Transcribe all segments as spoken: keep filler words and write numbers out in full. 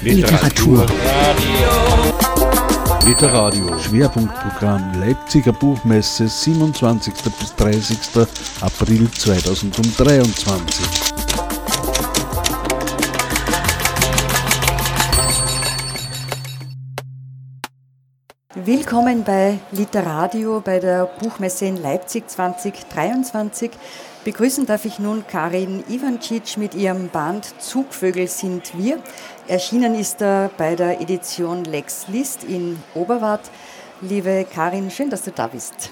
Literatur. Literadio. Schwerpunktprogramm Leipziger Buchmesse, siebenundzwanzigsten bis dreißigsten April zweitausenddreiundzwanzig. Willkommen bei Literadio bei der Buchmesse in Leipzig zweitausenddreiundzwanzig. Begrüßen darf ich nun Karin Ivancic mit ihrem Band Zugvögel sind wir. Erschienen ist er bei der Edition Lex List in Oberwart. Liebe Karin, schön, dass du da bist.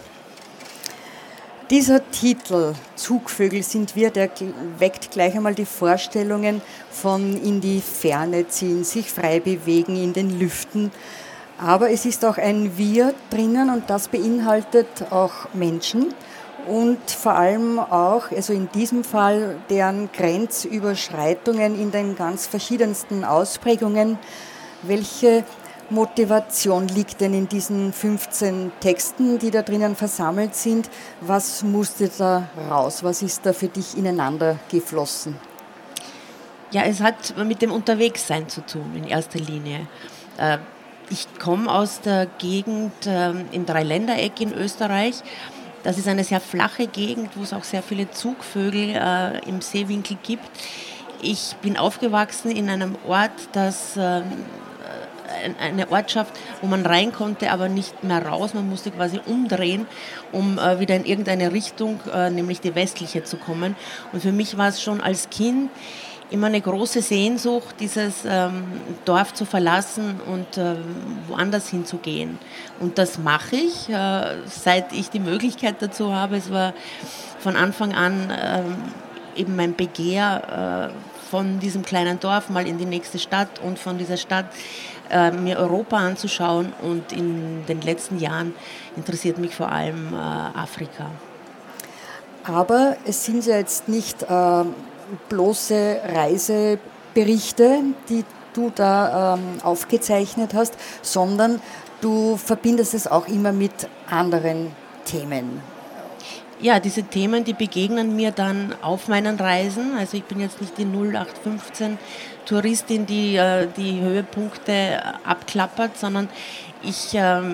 Dieser Titel, Zugvögel sind wir, der weckt gleich einmal die Vorstellungen von in die Ferne ziehen, sich frei bewegen in den Lüften. Aber es ist auch ein Wir drinnen und das beinhaltet auch Menschen und vor allem auch, also in diesem Fall, deren Grenzüberschreitungen in den ganz verschiedensten Ausprägungen. Welche Motivation liegt denn in diesen fünfzehn Texten, die da drinnen versammelt sind? Was musste da raus? Was ist da für dich ineinander geflossen? Ja, es hat mit dem Unterwegssein zu tun in erster Linie. Ich komme aus der Gegend im Dreiländereck in Österreich. Das ist eine sehr flache Gegend, wo es auch sehr viele Zugvögel äh, im Seewinkel gibt. Ich bin aufgewachsen in einem Ort, das äh, eine Ortschaft, wo man rein konnte, aber nicht mehr raus. Man musste quasi umdrehen, um äh, wieder in irgendeine Richtung, äh, nämlich die westliche, zu kommen. Und für mich war es schon als Kind immer eine große Sehnsucht, dieses ähm, Dorf zu verlassen und äh, woanders hinzugehen. Und das mache ich, äh, seit ich die Möglichkeit dazu habe. Es war von Anfang an äh, eben mein Begehr, äh, von diesem kleinen Dorf mal in die nächste Stadt und von dieser Stadt äh, mir Europa anzuschauen. Und in den letzten Jahren interessiert mich vor allem äh, Afrika. Aber es sind ja jetzt nicht äh bloße Reiseberichte, die du da ähm, aufgezeichnet hast, sondern du verbindest es auch immer mit anderen Themen. Ja, diese Themen, die begegnen mir dann auf meinen Reisen. Also ich bin jetzt nicht die null acht fünfzehn Touristin, die äh, die Höhepunkte abklappert, sondern ich ähm,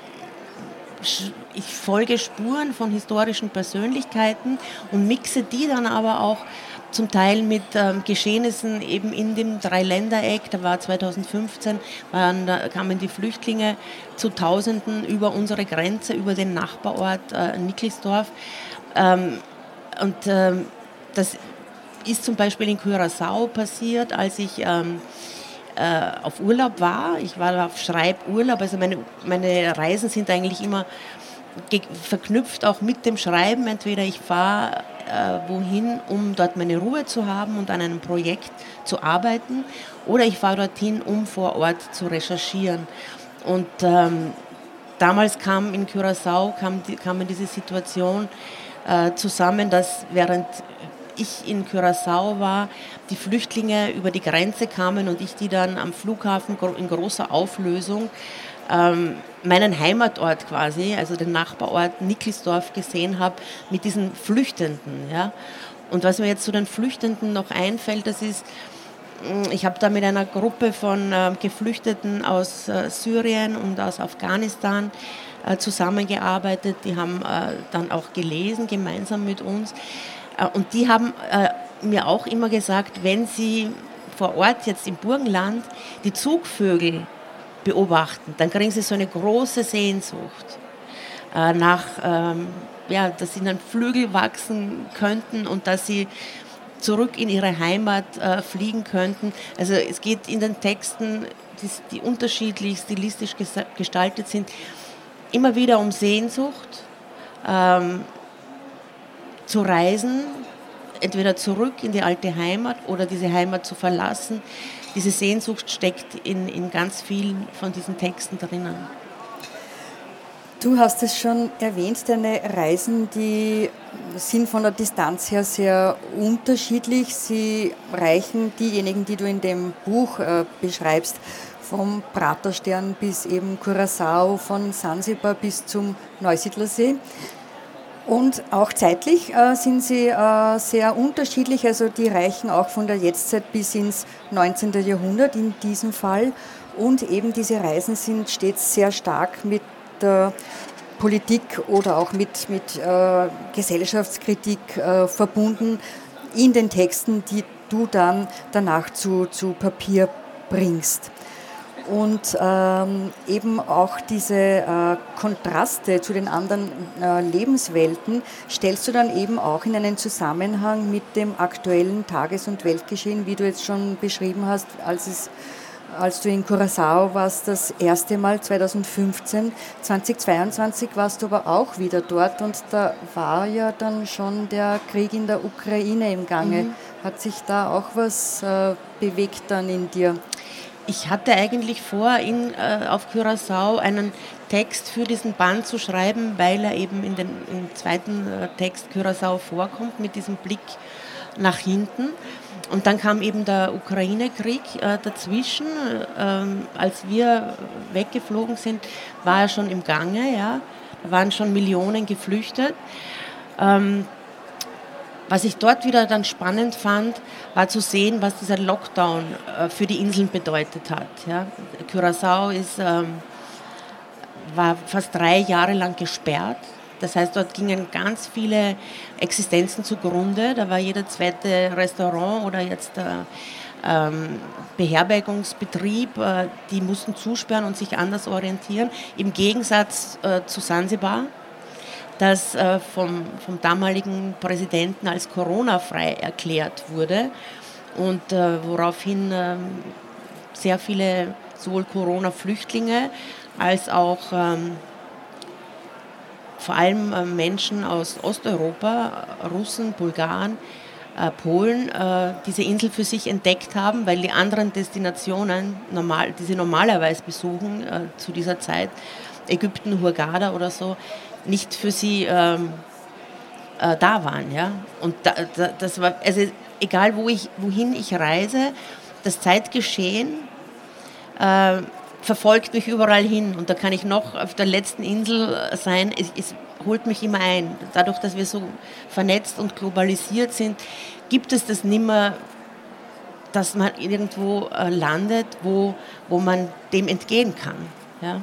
ich folge Spuren von historischen Persönlichkeiten und mixe die dann aber auch zum Teil mit ähm, Geschehnissen eben in dem Dreiländereck. Da war zweitausendfünfzehn, waren, da kamen die Flüchtlinge zu Tausenden über unsere Grenze, über den Nachbarort äh, Nickelsdorf. Ähm, und ähm, das ist zum Beispiel in Curaçao passiert, als ich ähm, äh, auf Urlaub war. Ich war auf Schreiburlaub, also meine, meine Reisen sind eigentlich immer ge- verknüpft auch mit dem Schreiben. Entweder ich fahre äh, wohin, um dort meine Ruhe zu haben und an einem Projekt zu arbeiten, oder ich fahre dorthin, um vor Ort zu recherchieren. Und ähm, damals kam in Curaçao kam, die, kam in diese Situation äh, zusammen, dass während ich in Curaçao war, die Flüchtlinge über die Grenze kamen und ich die dann am Flughafen in großer Auflösung ähm, meinen Heimatort quasi, also den Nachbarort Nickelsdorf gesehen habe mit diesen Flüchtenden. Ja. Und was mir jetzt zu den Flüchtenden noch einfällt, das ist, ich habe da mit einer Gruppe von äh, Geflüchteten aus äh, Syrien und aus Afghanistan äh, zusammengearbeitet. Die haben äh, dann auch gelesen, gemeinsam mit uns. Äh, und die haben äh, mir auch immer gesagt, wenn sie vor Ort jetzt im Burgenland die Zugvögel beobachten, dann kriegen sie so eine große Sehnsucht äh, nach, ähm, ja, dass ihnen Flügel wachsen könnten und dass sie zurück in ihre Heimat äh, fliegen könnten. Also es geht in den Texten, die, die unterschiedlich stilistisch ges- gestaltet sind, immer wieder um Sehnsucht, ähm, zu reisen, entweder zurück in die alte Heimat oder diese Heimat zu verlassen. Diese Sehnsucht steckt in, in ganz vielen von diesen Texten drinnen. Du hast es schon erwähnt, deine Reisen, die sind von der Distanz her sehr unterschiedlich. Sie reichen, diejenigen, die du in dem Buch äh, beschreibst, vom Praterstern bis eben Curaçao, von Sansibar bis zum Neusiedlersee. Und auch zeitlich äh, sind sie äh, sehr unterschiedlich, also die reichen auch von der Jetztzeit bis ins neunzehnten. Jahrhundert in diesem Fall. Und eben diese Reisen sind stets sehr stark mit der Politik oder auch mit, mit äh, Gesellschaftskritik äh, verbunden in den Texten, die du dann danach zu, zu Papier bringst. Und ähm, eben auch diese äh, Kontraste zu den anderen äh, Lebenswelten stellst du dann eben auch in einen Zusammenhang mit dem aktuellen Tages- und Weltgeschehen, wie du jetzt schon beschrieben hast, als es Als du in Curaçao warst, das erste Mal zweitausendfünfzehn, zweitausendzweiundzwanzig warst du aber auch wieder dort und da war ja dann schon der Krieg in der Ukraine im Gange. Mhm. Hat sich da auch was äh, bewegt dann in dir? Ich hatte eigentlich vor, in, äh, auf Curaçao einen Text für diesen Band zu schreiben, weil er eben in den, im zweiten äh, Text Curaçao vorkommt, mit diesem Blick nach hinten. Und dann kam eben der Ukraine-Krieg äh, dazwischen. Ähm, als wir weggeflogen sind, war er schon im Gange. Ja? Da waren schon Millionen geflüchtet. Ähm, was ich dort wieder dann spannend fand, war zu sehen, was dieser Lockdown äh, für die Inseln bedeutet hat. Ja? Curaçao ist, ähm, war fast drei Jahre lang gesperrt. Das heißt, dort gingen ganz viele Existenzen zugrunde. Da war jeder zweite Restaurant oder jetzt der ähm, Beherbergungsbetrieb, äh, die mussten zusperren und sich anders orientieren. Im Gegensatz äh, zu Sansibar, das äh, vom, vom damaligen Präsidenten als Corona-frei erklärt wurde und äh, woraufhin äh, sehr viele sowohl Corona-Flüchtlinge als auch ähm, vor allem äh, Menschen aus Osteuropa, Russen, Bulgaren, äh, Polen, äh, diese Insel für sich entdeckt haben, weil die anderen Destinationen, normal, die sie normalerweise besuchen äh, zu dieser Zeit, Ägypten, Hurghada oder so, nicht für sie ähm, äh, da waren. Ja? Und da, da, das war, also egal wo ich, wohin ich reise, das Zeitgeschehen äh, verfolgt mich überall hin und da kann ich noch auf der letzten Insel sein, es, es holt mich immer ein. Dadurch, dass wir so vernetzt und globalisiert sind, gibt es das nimmer, dass man irgendwo äh, landet, wo, wo man dem entgehen kann. Ja?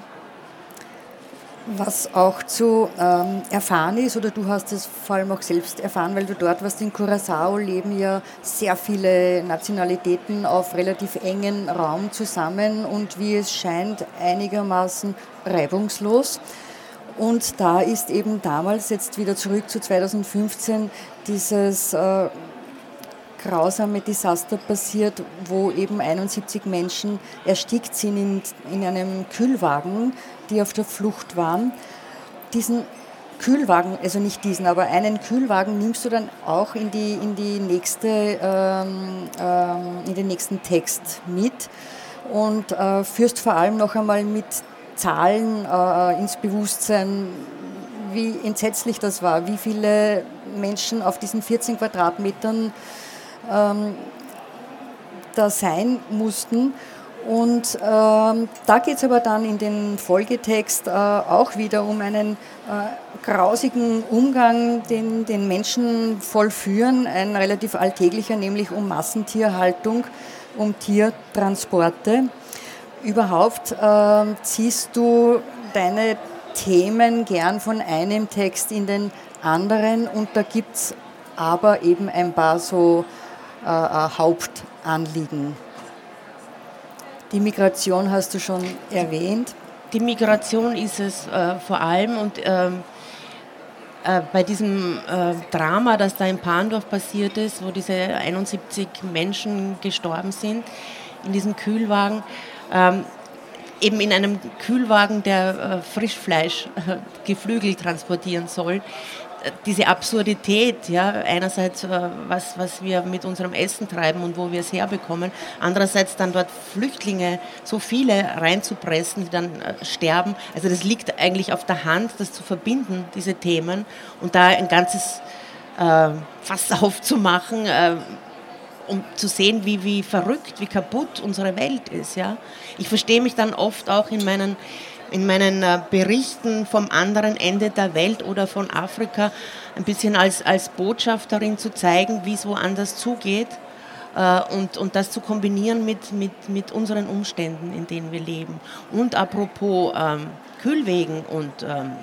Was auch zu ähm, erfahren ist, oder du hast es vor allem auch selbst erfahren, weil du dort warst, in Curaçao leben ja sehr viele Nationalitäten auf relativ engen Raum zusammen und wie es scheint einigermaßen reibungslos. Und da ist eben damals, jetzt wieder zurück zu zweitausendfünfzehn, dieses äh, grausame Desaster passiert, wo eben einundsiebzig Menschen erstickt sind in, in einem Kühlwagen, die auf der Flucht waren. Diesen Kühlwagen, also nicht diesen, aber einen Kühlwagen nimmst du dann auch in, die, in, die nächste, ähm, ähm, in den nächsten Text mit und äh, führst vor allem noch einmal mit Zahlen äh, ins Bewusstsein, wie entsetzlich das war, wie viele Menschen auf diesen vierzehn Quadratmetern ähm, da sein mussten. Und ähm, da geht es aber dann in den Folgetext äh, auch wieder um einen äh, grausigen Umgang, den, den Menschen vollführen, ein relativ alltäglicher, nämlich um Massentierhaltung, um Tiertransporte. Überhaupt äh, ziehst du deine Themen gern von einem Text in den anderen und da gibt es aber eben ein paar so äh, Hauptanliegen. Die Migration hast du schon erwähnt. Die Migration ist es äh, vor allem und ähm, äh, bei diesem äh, Drama, das da in Pandorf passiert ist, wo diese einundsiebzig Menschen gestorben sind in diesem Kühlwagen, ähm, eben in einem Kühlwagen, der äh, Frischfleisch, äh, Geflügel transportieren soll. Diese Absurdität, ja, einerseits äh, was, was wir mit unserem Essen treiben und wo wir es herbekommen, andererseits dann dort Flüchtlinge, so viele reinzupressen, die dann äh, sterben. Also das liegt eigentlich auf der Hand, das zu verbinden, diese Themen, und da ein ganzes äh, Fass aufzumachen, äh, um zu sehen, wie, wie verrückt, wie kaputt unsere Welt ist. Ja. Ich verstehe mich dann oft auch in meinen in meinen äh, Berichten vom anderen Ende der Welt oder von Afrika ein bisschen als, als Botschafterin zu zeigen, wie es woanders zugeht äh, und, und das zu kombinieren mit, mit, mit unseren Umständen, in denen wir leben. Und apropos ähm, Kühlwegen und ähm,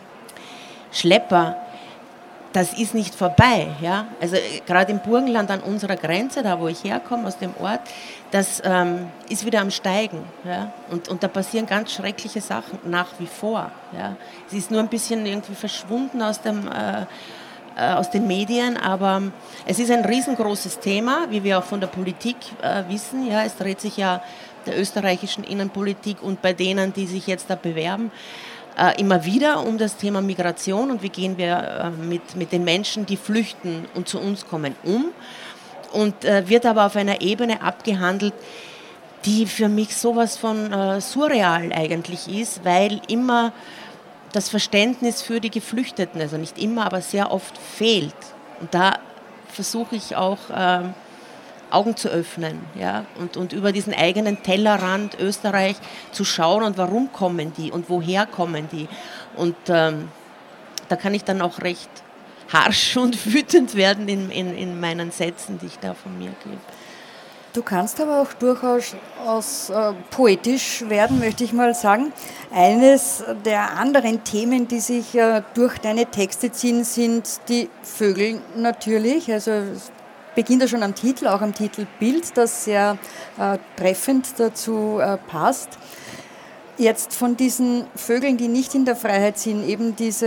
Schlepper, das ist nicht vorbei. Ja? Also gerade im Burgenland an unserer Grenze, da wo ich herkomme, aus dem Ort, das ähm, ist wieder am Steigen. Ja? Und, und da passieren ganz schreckliche Sachen nach wie vor. Ja? Es ist nur ein bisschen irgendwie verschwunden aus, dem, äh, äh, aus den Medien, aber es ist ein riesengroßes Thema, wie wir auch von der Politik äh, wissen. Ja? Es dreht sich ja der österreichischen Innenpolitik und bei denen, die sich jetzt da bewerben, immer wieder um das Thema Migration und wie gehen wir mit, mit den Menschen, die flüchten und zu uns kommen, um. Und äh, wird aber auf einer Ebene abgehandelt, die für mich sowas von äh, surreal eigentlich ist, weil immer das Verständnis für die Geflüchteten, also nicht immer, aber sehr oft fehlt. Und da versuche ich auch äh, Augen zu öffnen, ja, und, und über diesen eigenen Tellerrand Österreich zu schauen und warum kommen die und woher kommen die. Und ähm, da kann ich dann auch recht harsch und wütend werden in, in, in meinen Sätzen, die ich da von mir gebe. Du kannst aber auch durchaus aus, äh, poetisch werden, möchte ich mal sagen. Eines der anderen Themen, die sich äh, durch deine Texte ziehen, sind die Vögel natürlich. Also beginnt ja schon am Titel, auch am Titelbild, das sehr äh, treffend dazu äh, passt. Jetzt von diesen Vögeln, die nicht in der Freiheit sind, eben diese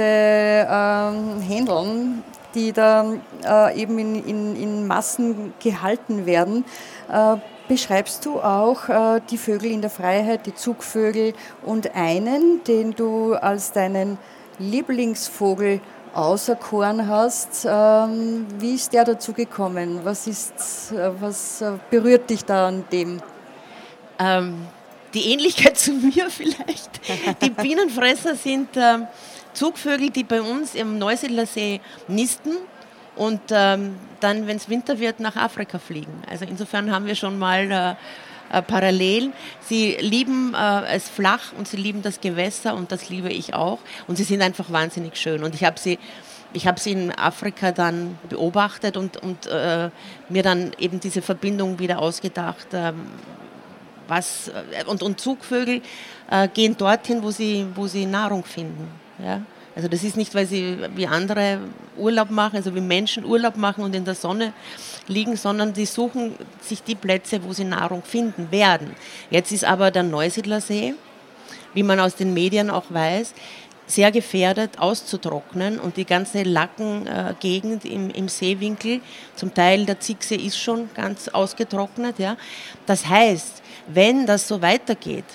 äh, Händeln, die da äh, eben in, in, in Massen gehalten werden, äh, beschreibst du auch äh, die Vögel in der Freiheit, die Zugvögel und einen, den du als deinen Lieblingsvogel auserkoren hast. Ähm, wie ist der dazu gekommen? Was, ist, äh, was äh, berührt dich da an dem? Ähm, die Ähnlichkeit zu mir vielleicht. Die Bienenfresser sind äh, Zugvögel, die bei uns im Neusiedlersee nisten und ähm, dann, wenn es Winter wird, nach Afrika fliegen. Also insofern haben wir schon mal äh, äh, Parallelen. Sie lieben äh, es flach und sie lieben das Gewässer und das liebe ich auch. Und sie sind einfach wahnsinnig schön. Und ich habe sie, ich habe sie in Afrika dann beobachtet und, und äh, mir dann eben diese Verbindung wieder ausgedacht. Ähm, was, und, und Zugvögel äh, gehen dorthin, wo sie, wo sie Nahrung finden. Ja? Also das ist nicht, weil sie wie andere Urlaub machen, also wie Menschen Urlaub machen und in der Sonne liegen, sondern sie suchen sich die Plätze, wo sie Nahrung finden werden. Jetzt ist aber der Neusiedlersee, wie man aus den Medien auch weiß, sehr gefährdet auszutrocknen und die ganze Lackengegend im, im Seewinkel, zum Teil der Zicksee ist schon ganz ausgetrocknet. Ja. Das heißt, wenn das so weitergeht,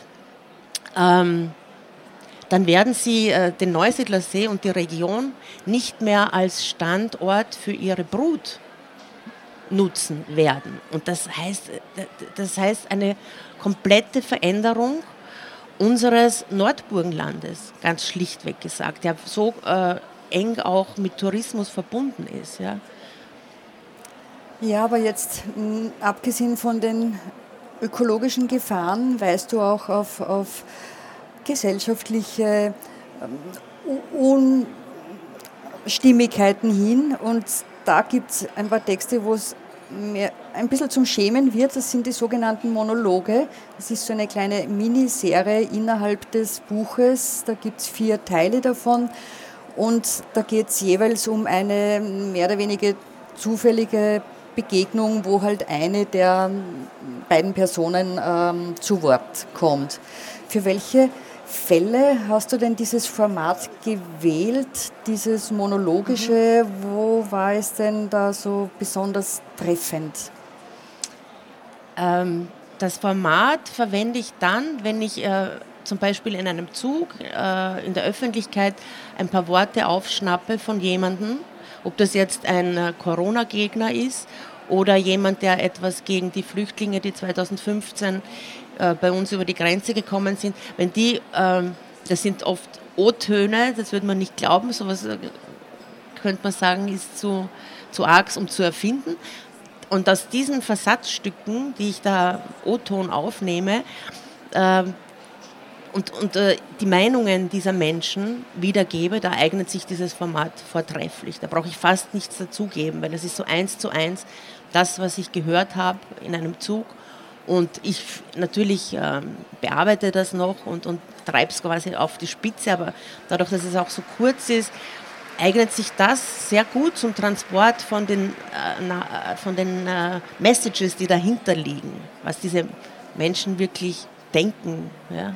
ähm, dann werden sie äh, den Neusiedlersee und die Region nicht mehr als Standort für ihre Brut nutzen werden. Und das heißt, das heißt eine komplette Veränderung unseres Nordburgenlandes, ganz schlichtweg gesagt, der so äh, eng auch mit Tourismus verbunden ist. Ja, ja aber jetzt mh, abgesehen von den ökologischen Gefahren, weist du auch auf, auf gesellschaftliche ähm, Unstimmigkeiten hin und da gibt es ein paar Texte, wo es mehr, ein bisschen zum Schämen wird. Das sind die sogenannten Monologe. Das ist so eine kleine Miniserie innerhalb des Buches. Da gibt es vier Teile davon und da geht es jeweils um eine mehr oder weniger zufällige Begegnung, wo halt eine der beiden Personen ähm, zu Wort kommt. Für welche Fälle hast du denn dieses Format gewählt, dieses Monologische? Mhm. Wo war es denn da so besonders treffend? Ähm, das Format verwende ich dann, wenn ich äh, zum Beispiel in einem Zug äh, in der Öffentlichkeit ein paar Worte aufschnappe von jemandem, ob das jetzt ein äh, Corona-Gegner ist oder jemand, der etwas gegen die Flüchtlinge, die zweitausendfünfzehn bei uns über die Grenze gekommen sind, wenn die, ähm, das sind oft O-Töne, das würde man nicht glauben, sowas äh, könnte man sagen, ist zu, zu arg, um zu erfinden. Und aus diesen Versatzstücken, die ich da O-Ton aufnehme, äh, und, und äh, die Meinungen dieser Menschen wiedergebe, da eignet sich dieses Format vortrefflich. Da brauche ich fast nichts dazugeben, weil es ist so eins zu eins das, was ich gehört habe in einem Zug. Und ich natürlich äh, bearbeite das noch und, und treibe es quasi auf die Spitze, aber dadurch, dass es auch so kurz ist, eignet sich das sehr gut zum Transport von den, äh, na, von den äh, Messages, die dahinter liegen, was diese Menschen wirklich denken. Ja.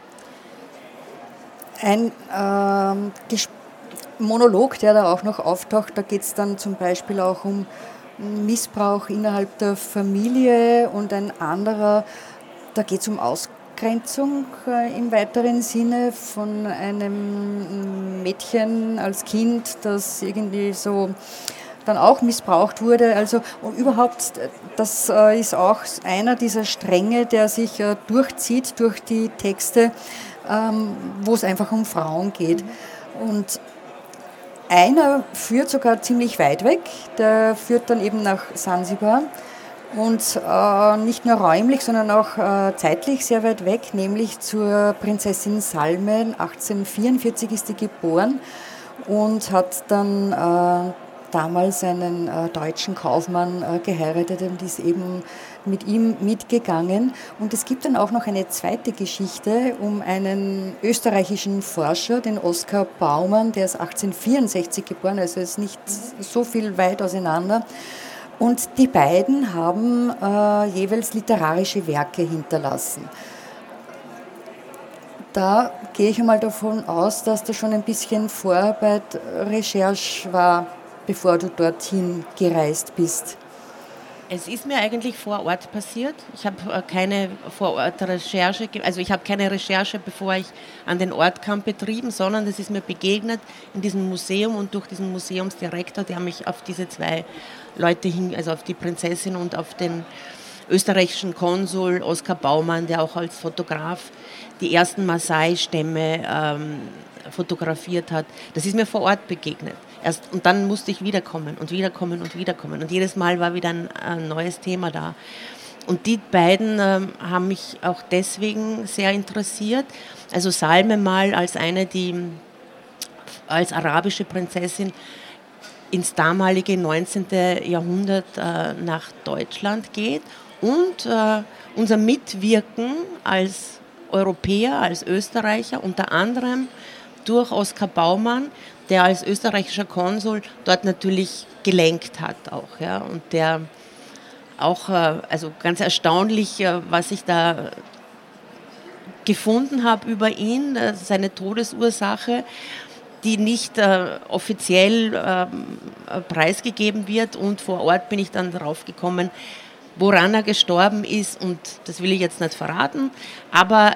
Ein ähm, Monolog, der da auch noch auftaucht, da geht es dann zum Beispiel auch um Missbrauch innerhalb der Familie und ein anderer, da geht es um Ausgrenzung äh, im weiteren Sinne von einem Mädchen als Kind, das irgendwie so dann auch missbraucht wurde. Also und überhaupt, das äh, ist auch einer dieser Stränge, der sich äh, durchzieht durch die Texte, ähm, wo es einfach um Frauen geht. Und einer führt sogar ziemlich weit weg, der führt dann eben nach Sansibar und äh, nicht nur räumlich, sondern auch äh, zeitlich sehr weit weg, nämlich zur Prinzessin Salme. achtzehnhundertvierundvierzig ist sie geboren und hat dann äh, damals einen äh, deutschen Kaufmann äh, geheiratet und ist eben mit ihm mitgegangen. Und es gibt dann auch noch eine zweite Geschichte um einen österreichischen Forscher, den Oskar Baumann, der ist achtzehnhundertvierundsechzig geboren, also ist nicht so viel weit auseinander. Und die beiden haben äh, jeweils literarische Werke hinterlassen. Da gehe ich einmal davon aus, dass da schon ein bisschen Vorarbeit, Recherche war, bevor du dorthin gereist bist. Es ist mir eigentlich vor Ort passiert. Ich habe keine Vor-Ort-Recherche, also ich habe keine Recherche, bevor ich an den Ort kam, betrieben, sondern es ist mir begegnet in diesem Museum und durch diesen Museumsdirektor, der mich auf diese zwei Leute hin, also auf die Prinzessin und auf den österreichischen Konsul Oskar Baumann, der auch als Fotograf die ersten Maasai-Stämme ähm, fotografiert hat. Das ist mir vor Ort begegnet. Erst, und dann musste ich wiederkommen und wiederkommen und wiederkommen. Und jedes Mal war wieder ein, ein neues Thema da. Und die beiden ähm, haben mich auch deswegen sehr interessiert. Also Salme mal als eine, die als arabische Prinzessin ins damalige neunzehnten. Jahrhundert äh, nach Deutschland geht. Und äh, unser Mitwirken als Europäer, als Österreicher, unter anderem durch Oskar Baumann, der als österreichischer Konsul dort natürlich gelenkt hat auch, ja, und der auch, also ganz erstaunlich, was ich da gefunden habe über ihn, seine Todesursache, die nicht äh, offiziell äh, preisgegeben wird, und vor Ort bin ich dann drauf gekommen, woran er gestorben ist, und das will ich jetzt nicht verraten, aber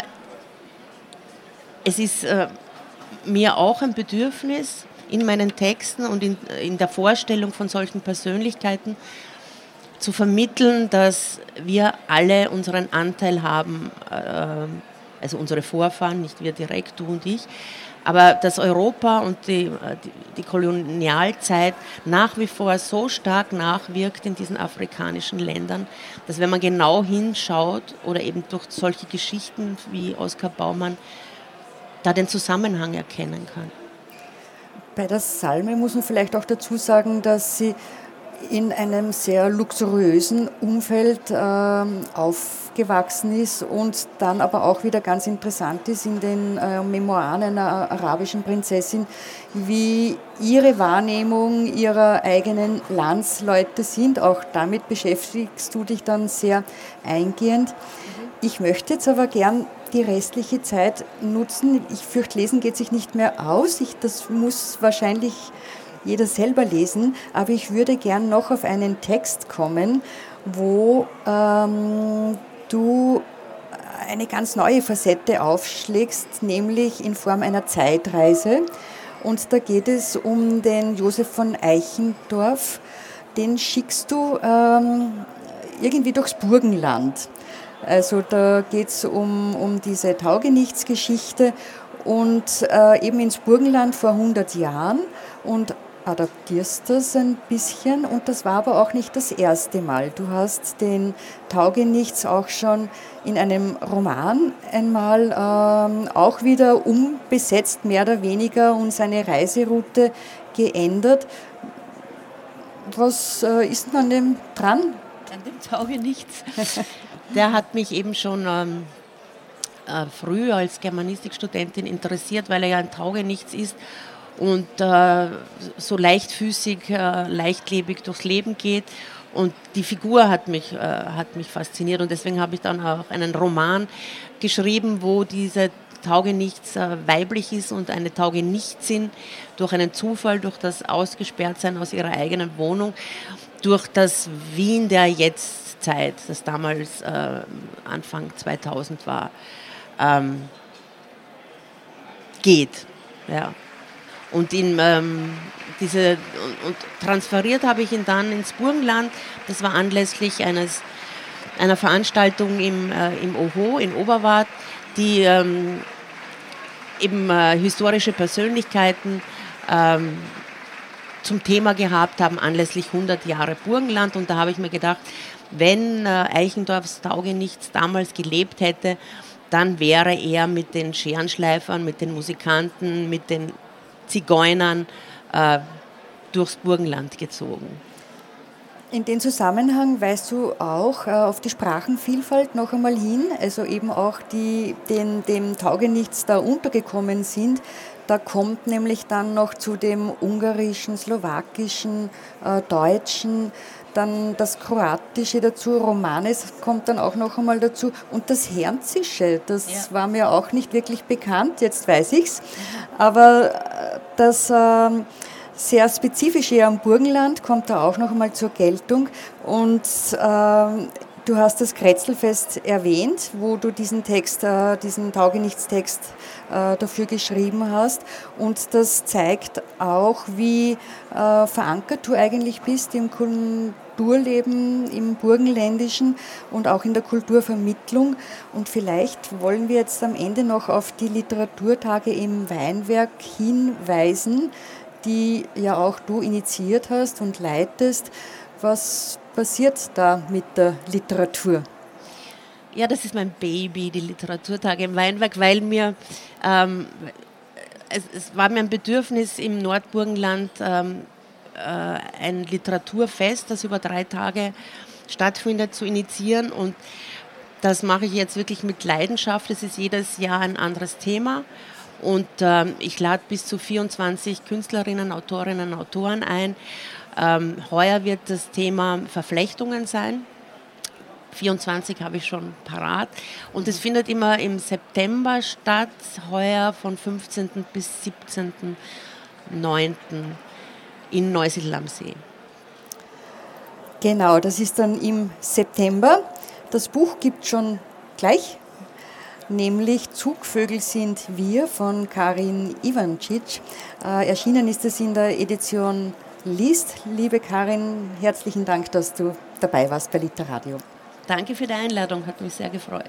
es ist äh, mir auch ein Bedürfnis in meinen Texten und in, in der Vorstellung von solchen Persönlichkeiten zu vermitteln, dass wir alle unseren Anteil haben, äh, also unsere Vorfahren, nicht wir direkt, du und ich, aber dass Europa und die, die, die Kolonialzeit nach wie vor so stark nachwirkt in diesen afrikanischen Ländern, dass wenn man genau hinschaut oder eben durch solche Geschichten wie Oskar Baumann da den Zusammenhang erkennen kann. Bei der Salme muss man vielleicht auch dazu sagen, dass sie in einem sehr luxuriösen Umfeld äh, aufgewachsen ist und dann aber auch wieder ganz interessant ist in den äh, Memoiren einer arabischen Prinzessin, wie ihre Wahrnehmung ihrer eigenen Landsleute sind. Auch damit beschäftigst du dich dann sehr eingehend. Ich möchte jetzt aber gern die restliche Zeit nutzen. Ich fürchte, lesen geht sich nicht mehr aus. Ich, das muss wahrscheinlich jeder selber lesen, aber ich würde gern noch auf einen Text kommen, wo ähm, du eine ganz neue Facette aufschlägst, nämlich in Form einer Zeitreise. Und da geht es um den Josef von Eichendorff. Den schickst du ähm, irgendwie durchs Burgenland. Also da geht es um, um diese Taugenichtsgeschichte und äh, eben ins Burgenland vor hundert Jahren. Und adaptierst das ein bisschen und das war aber auch nicht das erste Mal. Du hast den Taugenichts auch schon in einem Roman einmal ähm, auch wieder umbesetzt, mehr oder weniger, und seine Reiseroute geändert. Was äh, ist denn an dem dran? An dem Taugenichts. Der hat mich eben schon ähm, äh, früh als Germanistikstudentin interessiert, weil er ja ein Taugenichts ist und äh, so leichtfüßig, äh, leichtlebig durchs Leben geht. Und die Figur hat mich, äh, hat mich fasziniert und deswegen habe ich dann auch einen Roman geschrieben, wo diese Taugenichts äh, weiblich ist und eine Taugenichtsin durch einen Zufall, durch das Ausgesperrtsein aus ihrer eigenen Wohnung, durch das Wien der Jetztzeit, das damals äh, Anfang zweitausend war, ähm, geht. Ja. Und ihn, ähm, diese, und, und transferiert habe ich ihn dann ins Burgenland. Das war anlässlich eines, einer Veranstaltung im, äh, im Oho in Oberwart, die ähm, eben äh, historische Persönlichkeiten ähm, zum Thema gehabt haben, anlässlich hundert Jahre Burgenland. Und da habe ich mir gedacht, wenn äh, Eichendorffs Taugenichts damals gelebt hätte, dann wäre er mit den Scherenschleifern, mit den Musikanten, mit den Zigeunern äh, durchs Burgenland gezogen. In dem Zusammenhang weist du auch äh, auf die Sprachenvielfalt noch einmal hin, also eben auch die den, dem Taugenichts da untergekommen sind. Da kommt nämlich dann noch zu dem ungarischen, slowakischen, äh, deutschen, dann das Kroatische dazu, Romanes kommt dann auch noch einmal dazu und das Hernzische, das ja. war mir auch nicht wirklich bekannt, jetzt weiß ich's, aber das ähm, sehr Spezifische am Burgenland kommt da auch noch einmal zur Geltung und ähm, du hast das Kretzelfest erwähnt, wo du diesen Text, äh, diesen Taugenichtstext äh, dafür geschrieben hast. Und das zeigt auch, wie äh, verankert du eigentlich bist im Kulturleben, im Burgenländischen und auch in der Kulturvermittlung. Und vielleicht wollen wir jetzt am Ende noch auf die Literaturtage im Weinwerk hinweisen, die ja auch du initiiert hast und leitest. Was passiert da mit der Literatur? Ja, das ist mein Baby, die Literaturtage im Weinwerk, weil mir ähm, es, es war mir ein Bedürfnis im Nordburgenland ähm, äh, ein Literaturfest, das über drei Tage stattfindet, zu initiieren und das mache ich jetzt wirklich mit Leidenschaft. Es ist jedes Jahr ein anderes Thema und ähm, ich lade bis zu vierundzwanzig Künstlerinnen, Autorinnen, Autoren ein. Ähm, heuer wird das Thema Verflechtungen sein. vierundzwanzig habe ich schon parat. Und es findet immer im September statt, heuer von fünfzehnten bis siebzehnten neunten in Neusiedl am See. Genau, das ist dann im September. Das Buch gibt es schon gleich, nämlich Zugvögel sind wir von Karin Ivancic. Äh, erschienen ist es in der Edition List. Liebe Karin, herzlichen Dank, dass du dabei warst bei Literadio. Danke für die Einladung, hat mich sehr gefreut.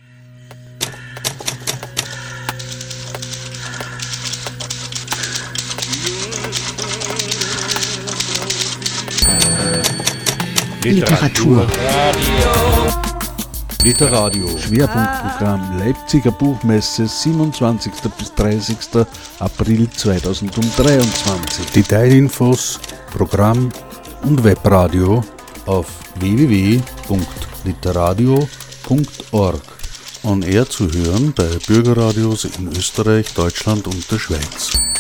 Literatur. Literadio. Schwerpunktprogramm Leipziger Buchmesse siebenundzwanzigsten bis dreißigsten April zweitausenddreiundzwanzig. Detailinfos, Programm und Webradio auf w w w punkt literadio punkt org. On Air zu hören bei Bürgerradios in Österreich, Deutschland und der Schweiz.